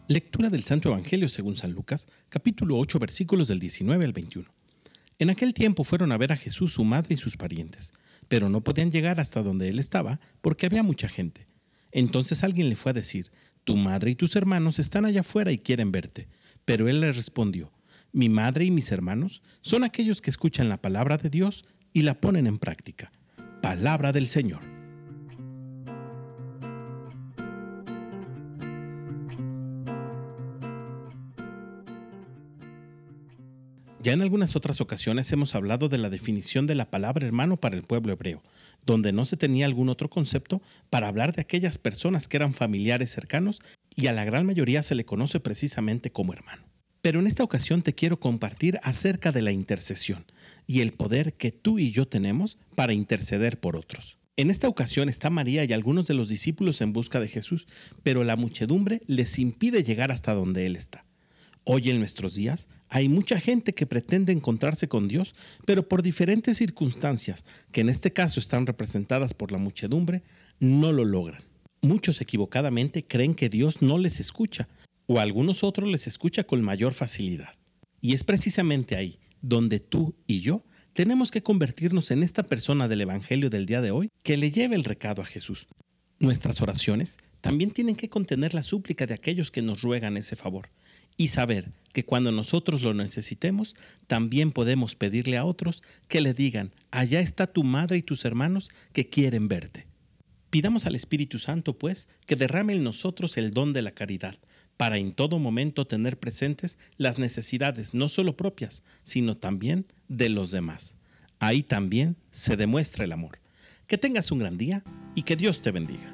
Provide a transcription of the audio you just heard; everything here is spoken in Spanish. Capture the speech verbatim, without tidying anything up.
Lectura del Santo Evangelio según San Lucas, capítulo ocho, versículos del diecinueve al veintiuno. En aquel tiempo fueron a ver a Jesús su madre y sus parientes, pero no podían llegar hasta donde él estaba porque había mucha gente. Entonces alguien le fue a decir: «Tu madre y tus hermanos están allá afuera y quieren verte». Pero él le respondió: «Mi madre y mis hermanos son aquellos que escuchan la palabra de Dios y la ponen en práctica». Palabra del Señor. Ya en algunas otras ocasiones hemos hablado de la definición de la palabra hermano para el pueblo hebreo, donde no se tenía algún otro concepto para hablar de aquellas personas que eran familiares cercanos y a la gran mayoría se le conoce precisamente como hermano. Pero en esta ocasión te quiero compartir acerca de la intercesión y el poder que tú y yo tenemos para interceder por otros. En esta ocasión está María y algunos de los discípulos en busca de Jesús, pero la muchedumbre les impide llegar hasta donde Él está. Hoy en nuestros días hay mucha gente que pretende encontrarse con Dios, pero por diferentes circunstancias, que en este caso están representadas por la muchedumbre, no lo logran. Muchos equivocadamente creen que Dios no les escucha, o a algunos otros les escucha con mayor facilidad. Y es precisamente ahí donde tú y yo tenemos que convertirnos en esta persona del Evangelio del día de hoy que le lleve el recado a Jesús. Nuestras oraciones también tienen que contener la súplica de aquellos que nos ruegan ese favor y saber que cuando nosotros lo necesitemos, también podemos pedirle a otros que le digan: allá está tu madre y tus hermanos que quieren verte. Pidamos al Espíritu Santo, pues, que derrame en nosotros el don de la caridad, para en todo momento tener presentes las necesidades no solo propias, sino también de los demás. Ahí también se demuestra el amor. Que tengas un gran día y que Dios te bendiga.